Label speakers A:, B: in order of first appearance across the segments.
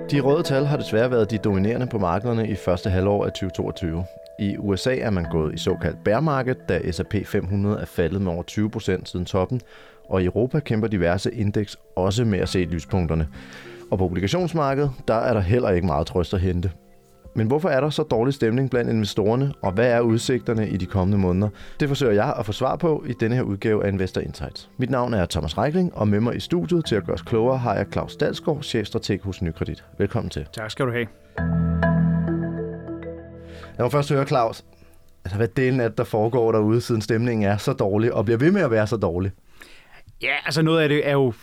A: De røde tal har desværre været de dominerende på markederne i første halvår af 2022. I USA er man gået i såkaldt bear market, da S&P 500 er faldet med over 20% siden toppen, og i Europa kæmper diverse indeks også med at se lyspunkterne. Og på obligationsmarkedet, der er der heller ikke meget trøst at hente. Men hvorfor er der så dårlig stemning blandt investorerne, og hvad er udsigterne i de kommende måneder? Det forsøger jeg at få svar på i denne her udgave af Investor Insights. Mit navn er Thomas Reikling, og med mig i studiet til at gøre os klogere har jeg Claus Dalsgaard, chefstrateg hos Nykredit. Velkommen til.
B: Tak skal du have.
A: Jeg må først høre, Claus, hvad delen af det, der foregår derude, siden stemningen er så dårlig, og bliver ved med at være så dårlig?
B: Ja, altså noget af det er jo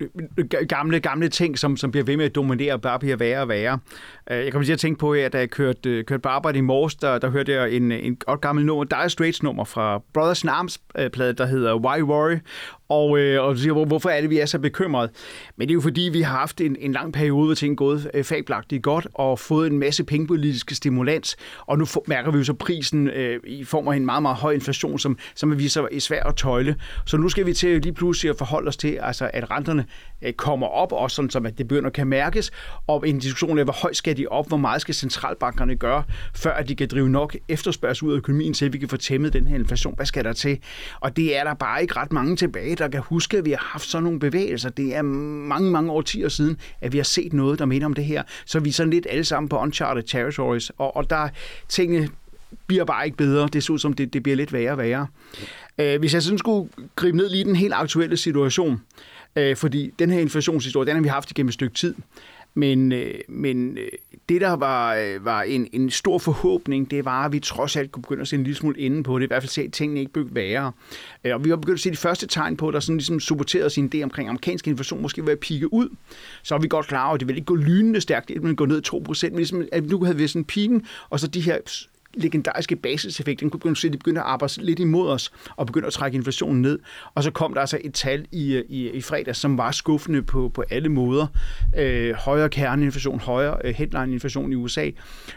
B: gamle ting, som bliver ved med at dominere og bare bliver værre og værre. Jeg kommer til at tænke på, at da jeg kørte på arbejde i morges, der hørte jeg en godt gammel nummer, Dire Straits nummer fra Brothers in Arms plade, der hedder Why Worry? Og du siger, hvorfor er det, vi er så bekymrede? Men det er jo fordi, vi har haft en lang periode, hvor ting er gået fabelagtigt godt, og fået en masse pengepolitiske stimulans, og nu mærker vi jo så prisen i form af en meget, meget høj inflation, som vi så er svært at tøjle. Så nu skal vi til lige pludselig at forholde os til, altså, at renterne kommer op, også sådan, som at det begynder at kan mærkes, og en diskussion af, hvor højt skal de op, hvor meget skal centralbankerne gøre, før at de kan drive nok efterspørgsel ud af økonomien, til at vi kan få tæmmet den her inflation. Hvad skal der til? Og det er der bare ikke ret mange tilbage, der kan huske, at vi har haft sådan nogle bevægelser. Det er mange, mange årtier siden, at vi har set noget, der minder om det her. Så vi er sådan lidt alle sammen på uncharted territories, og der tingene bliver bare ikke bedre. Det ser ud som, det bliver lidt værre og værre. Hvis jeg sådan skulle gribe ned lige i den helt aktuelle situation, fordi den her inflationshistorie, den har vi haft igennem et stykke tid, men det, der var en stor forhåbning, det var, at vi trods alt kunne begynde at se en lille smule inde på det. I hvert fald se, at tingene ikke blev værre. Og vi var begyndt at se de første tegn på, der sådan ligesom supporterede sin idé omkring amerikansk inflation måske vil pike ud. Så er vi godt klar over, at det vil ikke gå lynende stærkt, men gå ned 2%. Men ligesom, at nu havde vi sådan piken, og så de her legendariske basiseffekt, den kunne begynde at arbejde lidt imod os og begynde at trække inflationen ned. Og så kom der altså et tal i fredags, som var skuffende på alle måder. Højere kerneinflation, højere headline-inflation i USA.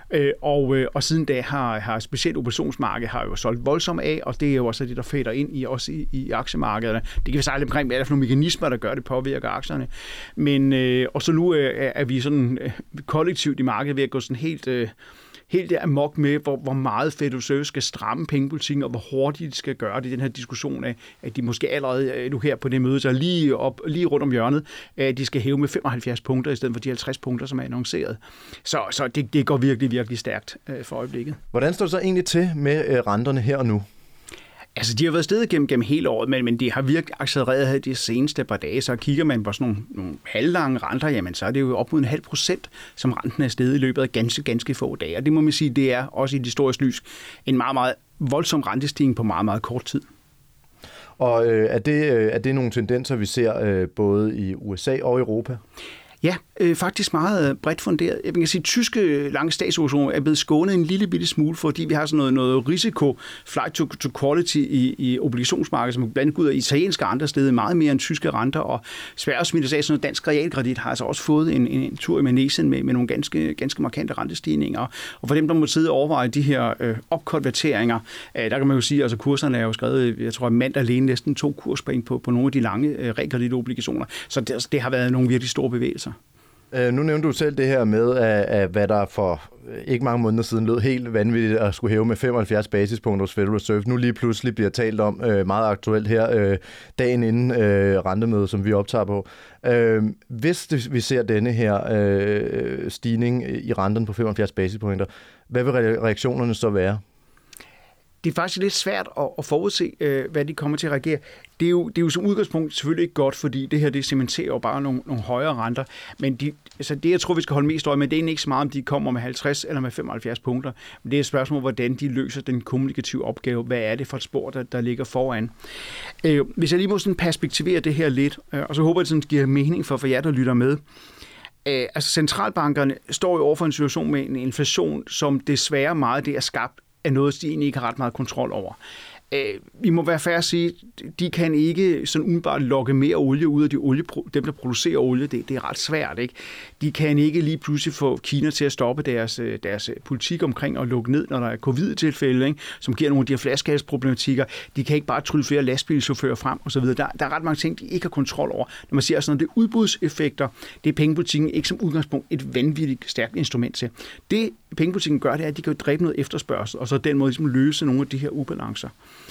B: Og siden da har specielt obligationsmarkedet har jo solgt voldsomt af, og det er jo også det, der fætter ind i også i aktiemarkederne. Det kan vi sejle omkring, hvad er der for nogle mekanismer, der gør det påvirker aktierne. Men og så nu er vi sådan kollektivt i markedet ved at gå sådan helt amok med, hvor meget Federal Reserve skal stramme pengepolitikken, og hvor hurtigt de skal gøre det. Den her diskussion af, at de måske allerede nu her på det møde, så lige rundt om hjørnet, at de skal hæve med 75 punkter, i stedet for de 50 punkter, som er annonceret. Så det går virkelig, virkelig stærkt for øjeblikket.
A: Hvordan står det så egentlig til med renterne her og nu?
B: Altså, de har været stedet gennem hele året, men de har virkelig accelereret her de seneste par dage. Så kigger man på sådan nogle halvlange renter, jamen så er det jo op mod 0,5%, som renten er steget i løbet af ganske få dage. Og det må man sige, det er også i et historisk lys en meget, meget voldsom rentestigning på meget, meget kort tid. Og
A: er det nogle tendenser, vi ser både i USA og Europa?
B: Ja, faktisk meget bredt funderet. Jeg kan sige, at tyske lange statsobligationer er blevet skånet en lille bitte smule, fordi vi har sådan noget risiko, flight to quality i obligationsmarkedet, som blandt andet ud af italienske andre steder meget mere end tyske renter, og Sverige smitter sig sådan noget dansk realkredit har altså også fået en tur i manesen med nogle ganske markante rentestigninger. Og for dem, der må sidde og overveje de her opkonverteringer, der kan man jo sige, at altså kurserne er jo skrevet, jeg tror, at mandag alene næsten 2 kurspoint på nogle af de lange realkreditobligationer. Så det har været nogle virkelig store bevægelser.
A: Nu nævnte du selv det her med, at hvad der for ikke mange måneder siden lød helt vanvittigt at skulle hæve med 75 basispunkter hos Federal Reserve. Nu lige pludselig bliver talt om meget aktuelt her dagen inden rentemødet, som vi optager på. Hvis vi ser denne her stigning i renten på 75 basispunkter, hvad vil reaktionerne så være?
B: Det er faktisk lidt svært at forudse, hvad de kommer til at reagere. Det er jo som udgangspunkt selvfølgelig ikke godt, fordi det her det cementerer jo bare nogle højere renter. Men det, jeg tror, vi skal holde mest øje med, det er ikke så meget, om de kommer med 50 eller med 75 punkter. Men det er et spørgsmål, hvordan de løser den kommunikative opgave. Hvad er det for et spor, der ligger foran? Hvis jeg lige må sådan perspektivere det her lidt, og så håber jeg, at det giver mening for jer, der lytter med. Altså centralbankerne står jo over for en situation med en inflation, som desværre meget det er skabt af noget, de egentlig ikke har ret meget kontrol over. vi må være fair at sige, de kan ikke sådan umiddelbart lokke mere olie ud af dem, der producerer olie. Det er ret svært, ikke? De kan ikke lige pludselig få Kina til at stoppe deres politik omkring at lukke ned, når der er covid-tilfælde, ikke? Som giver nogle af de her flaskehalsproblematikker. De kan ikke bare trylle flere lastbilchauffører frem osv. Der er ret mange ting, de ikke har kontrol over. Når man siger sådan noget, det er udbudseffekter, det er pengepolitikken ikke som udgangspunkt et vanvittigt stærkt instrument til. Det pengepolitikken gør, det er, at de kan dræbe noget efterspørgsel, og så den måde ligesom løse nogle af de her ubalancer.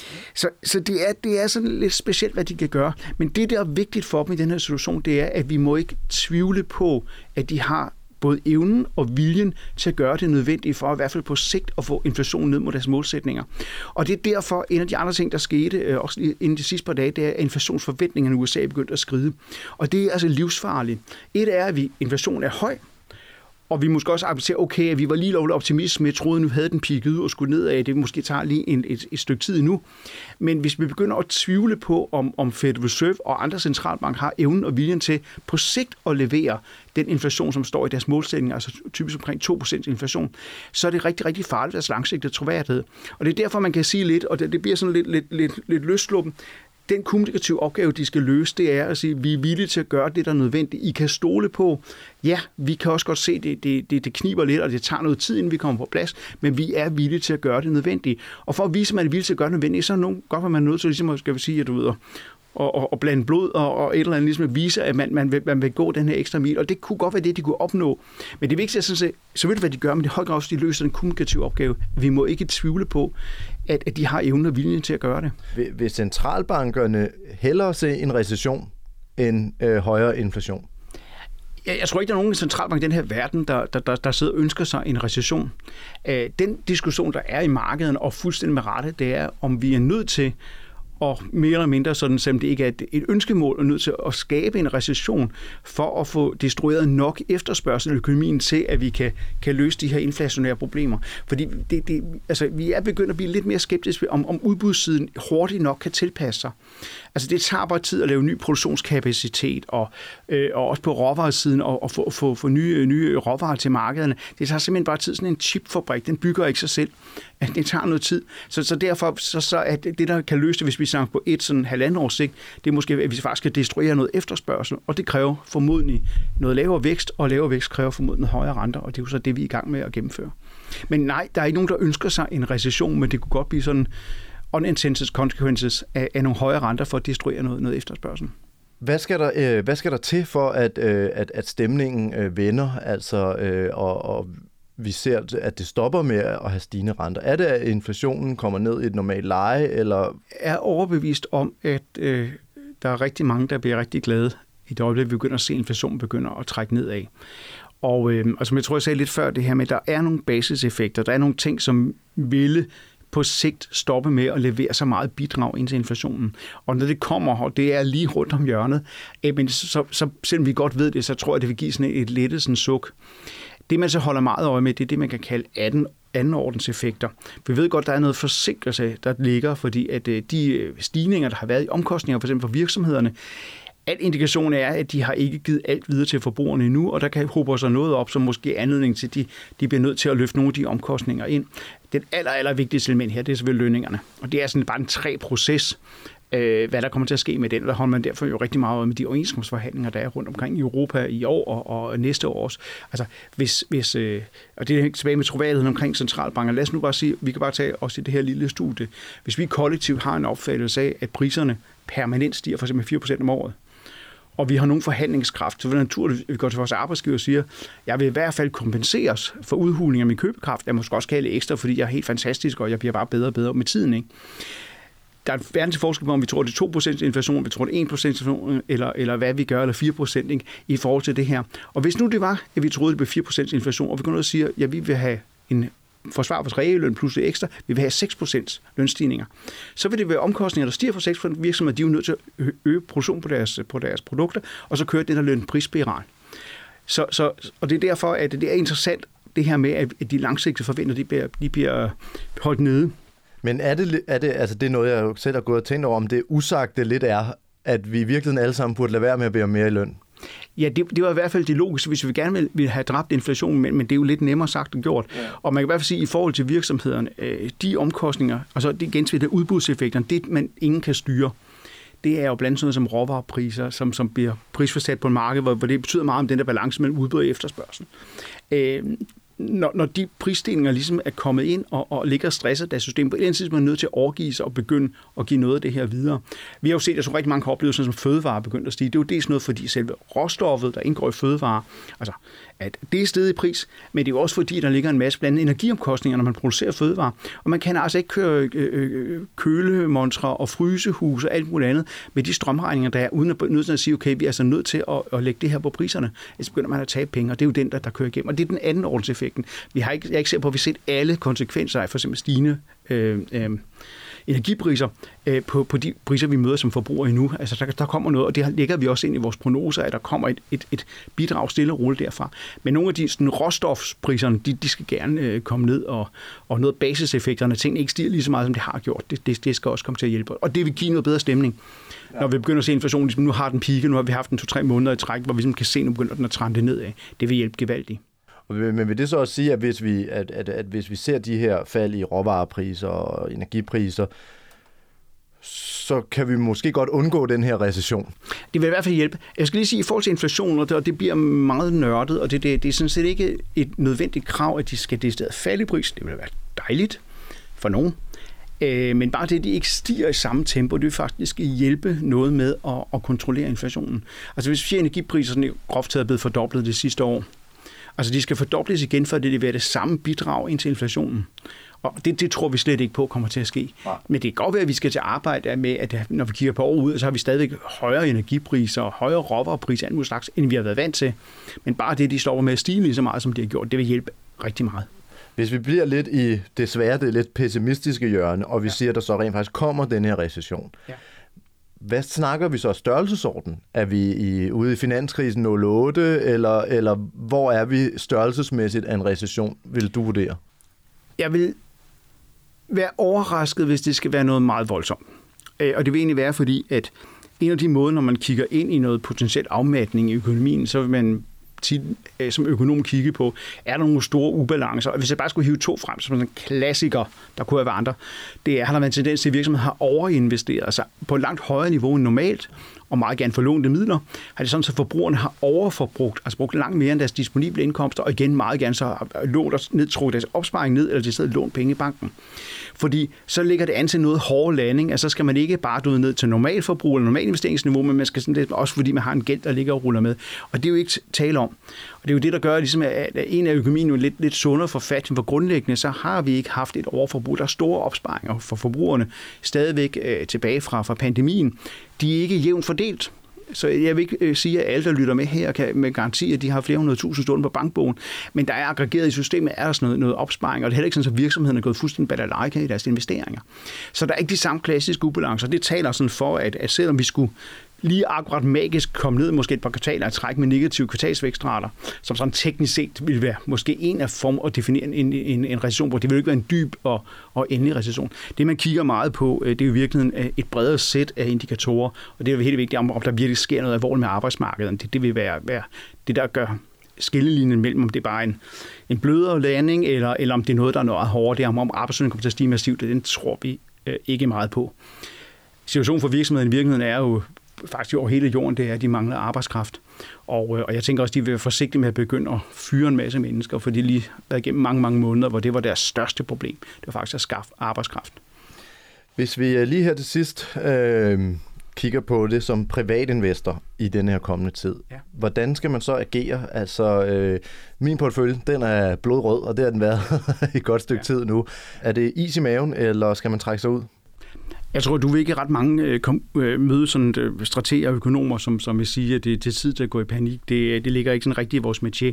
B: Så det er sådan lidt specielt, hvad de kan gøre. Men det, der er vigtigt for dem i den her situation, det er, at vi må ikke tvivle på, at de har både evnen og viljen til at gøre det nødvendige for i hvert fald på sigt at få inflationen ned mod deres målsætninger. Og det er derfor en af de andre ting, der skete også inden de sidste par dage, det er, at inflationsforventningerne i USA er begyndt at skride. Og det er altså livsfarligt. Et er, at inflationen er høj, og vi måske også accepterer, okay, at vi var lige lovligt optimisme, jeg troede, nu havde den peaked ud og skulle nedad, det måske tager lige et stykke tid endnu. Men hvis vi begynder at tvivle på, om Fed Reserve og andre centralbanker har evnen og viljen til på sigt at levere den inflation, som står i deres målsætning, altså typisk omkring 2% inflation, så er det rigtig, rigtig farligt, deres langsigtede troværdighed. Og det er derfor, man kan sige lidt, og det bliver sådan lidt løsluppen, den kommunikative opgave, de skal løse, det er at sige, at vi er villige til at gøre det, der er nødvendigt. I kan stole på, ja, vi kan også godt se, at det kniber lidt, og det tager noget tid, inden vi kommer på plads, men vi er villige til at gøre det nødvendige. Og for at vise, at man er villig til at gøre det nødvendigt, så er det godt, at man er nødt til ligesom, skal vi sige, at du ved, og blande blod og et eller andet, ligesom at vise, at man vil gå den her ekstra mil, og det kunne godt være det, de kunne opnå. Men det vigtigste er sådan set, så ved du, hvad de gør, men det er højt grad også, de løser den kommunikative opgave. Vi må ikke tvivle på, at de har evnen og viljen til at gøre det.
A: Vil centralbankerne hellere se en recession end højere inflation?
B: Jeg tror ikke, der er nogen centralbank i den her verden, der sidder og ønsker sig en recession. Den diskussion, der er i markedet, og fuldstændig med rette, det er, om vi er nødt til og mere eller mindre sådan, selvom det ikke er et ønskemål, er nødt til at skabe en recession for at få destrueret nok efterspørgsel i økonomien til, at vi kan løse de her inflationære problemer. Fordi vi er begyndt at blive lidt mere skeptiske, om udbudssiden hurtigt nok kan tilpasse sig. Altså det tager bare tid at lave ny produktionskapacitet, og også på råvaresiden og få nye råvarer til markederne. Det tager simpelthen bare tid. Sådan en chipfabrik, den bygger ikke sig selv. Det tager noget tid. Så derfor så er det, der kan løse det, hvis vi snakker på et sådan halvandet års sigt, det er måske, at vi faktisk skal destruere noget efterspørgsel, og det kræver formodentlig noget lavere vækst, og lavere vækst kræver formodentlig noget højere renter, og det er jo så det, vi er i gang med at gennemføre. Men nej, der er ikke nogen, der ønsker sig en recession, men det kunne godt blive sådan unintended consequences af nogle højere renter for at destruere noget efterspørgsel.
A: Hvad skal der til for, at stemningen vender, og vi ser, at det stopper med at have stigende renter? Er det, at inflationen kommer ned i et normalt leje, eller?
B: Jeg er overbevist om, at der er rigtig mange, der bliver rigtig glade i det øjeblik, vi begynder at se, at inflationen begynder at trække nedad. Og som jeg tror, jeg sagde lidt før det her med, der er nogle basiseffekter, der er nogle ting, som ville på sigt stoppe med at levere så meget bidrag ind til inflationen. Og når det kommer, og det er lige rundt om hjørnet, men så selvom vi godt ved det, så tror jeg, det vil give sådan et lettet suk. Det, man så holder meget øje med, det er det, man kan kalde andenordens effekter. Vi ved godt, der er noget forsinkelse, der ligger, fordi at de stigninger, der har været i omkostninger, for eksempel for virksomhederne, al indikation er, at de har ikke givet alt videre til forbrugerne endnu, og der kan håbe sig noget op, som måske er anledning til, at de bliver nødt til at løfte nogle af de omkostninger ind. Det aller vigtigste element her, det er selvfølgelig lønningerne. Og det er sådan bare en træg proces, hvad der kommer til at ske med den. Der holder man derfor jo rigtig meget med de overenskomstforhandlinger, der er rundt omkring i Europa i år og næste år også. Altså, hvis og det er tilbage med troværdigheden omkring centralbanker. Lad os nu bare sige, vi kan bare tage også i det her lille studie. Hvis vi kollektivt har en opfattelse af, at priserne permanent stiger for eksempel 4% om året, og vi har nogen forhandlingskraft, så vil det naturligt, at vi går til vores arbejdsgiver og siger, jeg vil i hvert fald kompenseres for udhuling af min købekraft. Jeg måske også kalde lidt ekstra, fordi jeg er helt fantastisk, og jeg bliver bare bedre og bedre med tiden, ikke? Der er verden til forskel på, om vi tror, det er 2% inflation, vi tror, det er 1% inflation, eller hvad vi gør, eller 4%, ikke, i forhold til det her. Og hvis nu det var, at vi troede, det blev 4% inflation, og vi går ned og siger, ja, vi vil have en forsvar vores realløn plus det ekstra, vi vil have 6% lønstigninger. Så vil det være omkostninger, der stiger for 6% virksomheder, de er jo nødt til at øge produktion på deres produkter, og så kører den der løn-prisspiral. Og det er derfor, at det er interessant, det her med, at de langsigtede forventninger, de bliver holdt nede.
A: Men er det altså det er noget, jeg selv har gået og tænkt over, om det usagte lidt er, at vi i virkeligheden alle sammen burde lade være med at bede om mere i løn?
B: Ja, det var i hvert fald det logiske, hvis vi gerne vil have dræbt inflationen, men det er jo lidt nemmere sagt end gjort. Ja. Og man kan i hvert fald sige, at i forhold til virksomhederne, de omkostninger, altså det gensværende udbudseffekterne, det man ingen kan styre, det er jo blandt andet sådan noget som råvarepriser, som bliver prisforsat på en marked, hvor det betyder meget om den der balance mellem udbud og efterspørgsel. Når de prisstigninger ligesom er kommet ind og ligger og stresser deres system, på et eller andet tidspunkt er nødt til at overgive sig og begynde at give noget af det her videre. Vi har jo set, at så rigtig mange har oplevet, sådan som fødevarer begyndt at stige. Det er jo dels noget, fordi selve råstoffet, der indgår i fødevarer, altså at det er steget i pris, men det er jo også fordi, der ligger en masse blandt energiomkostninger, når man producerer fødevarer. Og man kan altså ikke køre kølemontre og frysehuse og alt muligt andet med de strømregninger, der er, uden at sige, okay, vi er altså nødt til at lægge det her på priserne. Så begynder man at tabe penge, og det er jo den, der kører igennem. Og det er den anden ordenseffekten. Jeg er ikke sikker på, at vi har set alle konsekvenser af for eksempel stigende energipriser på de priser, vi møder som forbrugere endnu. Altså, der kommer noget, og det lægger vi også ind i vores prognoser, at der kommer et bidrag stille og roligt derfra. Men nogle af de sådan, råstofpriserne, de skal gerne komme ned, og noget basiseffekterne, ting ikke stiger lige så meget, som det har gjort. Det skal også komme til at hjælpe. Og det vil give noget bedre stemning. Ja. Når vi begynder at se inflationen, ligesom nu har den peaket, nu har vi haft den 2-3 måneder i træk, hvor vi kan se, nu begynder den at trende nedad. Det vil hjælpe gevaldigt.
A: Men vil det så også sige, at hvis vi ser de her fald i råvarepriser og energipriser, så kan vi måske godt undgå den her recession? Det
B: vil i hvert fald hjælpe. Jeg skal lige sige, i forhold til inflation, og det bliver meget nørdet, og det er sådan set ikke et nødvendigt krav, at de skal decideret falde i pris. Det vil være dejligt for nogen. Men bare det, de ikke stiger i samme tempo, det vil faktisk hjælpe noget med at kontrollere inflationen. Altså hvis vi siger, energipriser sådan groft taget er blevet fordoblet det sidste år, altså de skal fordobles igen, for det vil være det samme bidrag ind til inflationen. Og det tror vi slet ikke på kommer til at ske. Ja. Men det kan godt være, at vi skal til arbejde med, at når vi kigger på år ud, så har vi stadigvæk højere energipriser og højere råvarepriser end slags, end vi har været vant til. Men bare det, de står med at stige lige så meget, som de har gjort, det vil hjælpe rigtig meget.
A: Hvis vi bliver lidt i det lidt pessimistiske hjørne, og vi siger, at der så rent faktisk kommer den her recession, hvad snakker vi så størrelsesorden? Er vi ude i finanskrisen 08, eller hvor er vi størrelsesmæssigt af en recession, vil du vurdere?
B: Jeg vil være overrasket, hvis det skal være noget meget voldsomt. Og det vil egentlig være, fordi at en af de måder, når man kigger ind i noget potentielt afmatning i økonomien, så vil man tit som økonom kigge på, er der nogle store ubalancer? Og hvis jeg bare skulle hive 2 frem, som en klassiker, der kunne være andre, det er, har der været en tendens til, at virksomheden har overinvesteret, altså på et langt højere niveau end normalt, og meget gerne forlånte midler, har det sådan, så forbrugerne har overforbrugt, altså brugt langt mere end deres disponible indkomster, og igen meget gerne så har trukket deres opsparing ned, eller de sidder lånt penge i banken. Fordi så ligger det an til noget hård landing, altså så skal man ikke bare ned til normal forbrug eller normal investeringsniveau, men man skal sådan lidt, også fordi man har en gæld, der ligger og ruller med. Og det er jo ikke tale om. Og det er jo det, der gør, ligesom, at en af økonomien er lidt sundere for fat, for grundlæggende, så har vi ikke haft et overforbrug. Der er store opsparinger for forbrugerne stadigvæk tilbage fra pandemien. De er ikke jævnt fordelt. Så jeg vil ikke sige, at alle, der lytter med her, kan med garanti, at de har flere 100.000 stående på bankbogen. Men der er aggregeret i systemet, er der sådan noget opsparing, og det er heller ikke sådan, at virksomheden er gået fuldstændig balalajka i deres investeringer. Så der er ikke de samme klassiske ubalancer. Det taler sådan for, at selvom vi skulle lige akkurat magisk komme ned måske et par kvartaler og trække med negative kvartalsvækstrater, som sådan teknisk set vil være måske en af form at definere en recession på. Det vil ikke være en dyb og endelig recession. Det, man kigger meget på, det er jo virkelig et bredere sæt af indikatorer, og det er jo helt vigtigt, om der virkelig sker noget alvorligt med arbejdsmarkedet. Det vil være det, der gør skillelinjen mellem, om det er bare en blødere landing, eller om det er noget, der er noget hårdere. Det er, om arbejdsløsheden kommer til at stige massivt, den tror vi ikke meget på. Situationen for virksomheden i virkeligheden er jo faktisk over hele jorden, det er, at de mangler arbejdskraft. Og jeg tænker også, at de vil være forsigtige med at begynde at fyre en masse mennesker, for de lige har været igennem mange måneder, hvor det var deres største problem. Det var faktisk at skaffe arbejdskraft.
A: Hvis vi lige her til sidst kigger på det som privatinvestor i den her kommende tid, hvordan skal man så agere? Altså, min portefølje, den er blodrød, og det har den været et godt stykke tid nu. Er det is i maven, eller skal man trække sig ud?
B: Jeg tror, du vil ikke ret mange møde sådan strateger og økonomer, som vil sige, at det er tid til at gå i panik. Det ligger ikke sådan rigtigt i vores métier.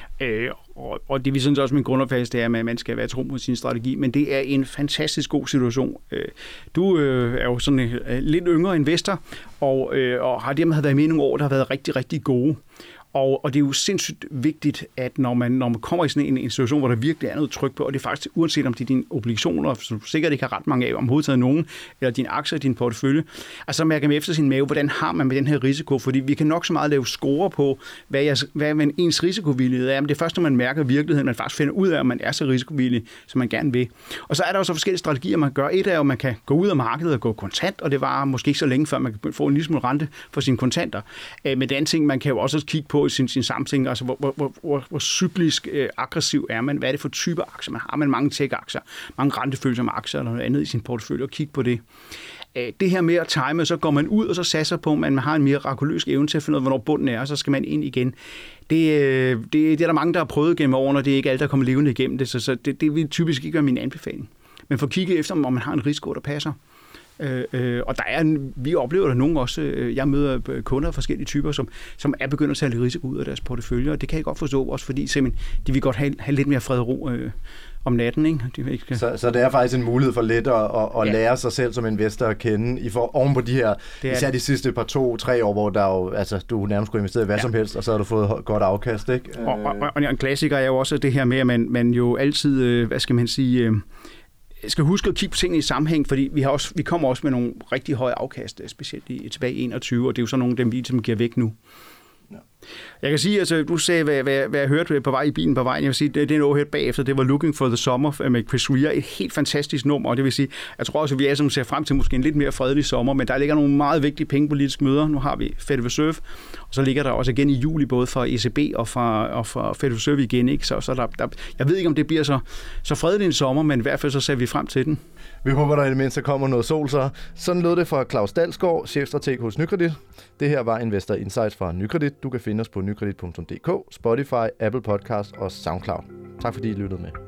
B: Og det vi synes også, min grundopfattelse, det er, at man skal være tro på sin strategi, men det er en fantastisk god situation. Du er jo sådan en lidt yngre investor, og har dermed været med i nogle år, der har været rigtig, rigtig gode. Og det er jo sindssygt vigtigt, at når man kommer i sådan en situation, hvor der virkelig er noget tryk på, og det er faktisk uanset om det er dine obligationer, som sikkert ikke har ret mange af, om hovedtaget nogen, eller dine aktier, din portefølje, altså så mærker man efter sin mave, hvordan har man med den her risiko, fordi vi kan nok så meget lave score på, hvad ens risikovillighed er, men det er først, når man mærker virkeligheden, man faktisk finder ud af, om man er så risikovillig, som man gerne vil. Og så er der også forskellige strategier, man gør. Et er jo, at man kan gå ud af markedet og gå kontant, og det var måske ikke så længe, før man kan få en lille smule rente for sine kontanter. Men den anden ting, man kan jo også kigge på i sin sammenhæng, altså hvor cyklisk aggressiv er man, hvad er det for typer aktier man har, man mange tech-aktier, mange rentefølsomme aktier eller noget andet i sin portefølje, og kigge på det. Det her med at time, så går man ud og så satser på, at man har en mirakuløs evne til at finde ud af, hvornår bunden er, og så skal man ind igen. Det er der mange, der har prøvet gennem årene, og det er ikke alle, der kommer levende igennem det, så det vil typisk ikke være min anbefaling. Men for at kigge efter, om man har en risiko, der passer. Og vi oplever der nogen også, jeg møder kunder af forskellige typer, som er begyndt at tage lidt risiko ud af deres portefølje, og det kan jeg godt forstå også, fordi simpelthen, de vil godt have lidt mere fred og ro om natten. Ikke?
A: Så det er faktisk en mulighed for lidt at lære sig selv som investor at kende oven på de her, især de sidste 2-3 år, hvor der jo, altså, du nærmest skulle investere i hvad som helst, og så har du fået godt afkast. Ikke?
B: Og en klassiker er jo også det her med, at man jo altid, hvad skal man sige, skal huske at kigge på tingene i sammenhæng, fordi vi kommer også med nogle rigtig høje afkast, specielt tilbage i 21, og det er jo så nogle af dem, vi giver væk nu. Ja. Jeg kan sige, altså du sagde, hvad jeg hørte på vej i bilen på vejen, jeg vil sige, det er noget hørt bagefter, det var Looking for the Summer med Chris Rea, et helt fantastisk nummer, og det vil sige, jeg tror også, at vi alle sammen ser frem til måske en lidt mere fredelig sommer, men der ligger nogle meget vigtige pengepolitiske møder. Nu har vi Federal Reserve, og så ligger der også igen i juli, både fra ECB og fra Federal Reserve igen, ikke? Så jeg ved ikke, om det bliver så fredelig en sommer, men i hvert fald så ser vi frem til den.
A: Vi håber, der i det mindste kommer noget sol så. Sådan lød det fra Claus Dalsgaard, chefstrateg hos Nykredit. Det her var Investor Insights fra Nykredit. Du kan finde os på nykredit.dk, Spotify, Apple Podcast og SoundCloud. Tak fordi I lyttede med.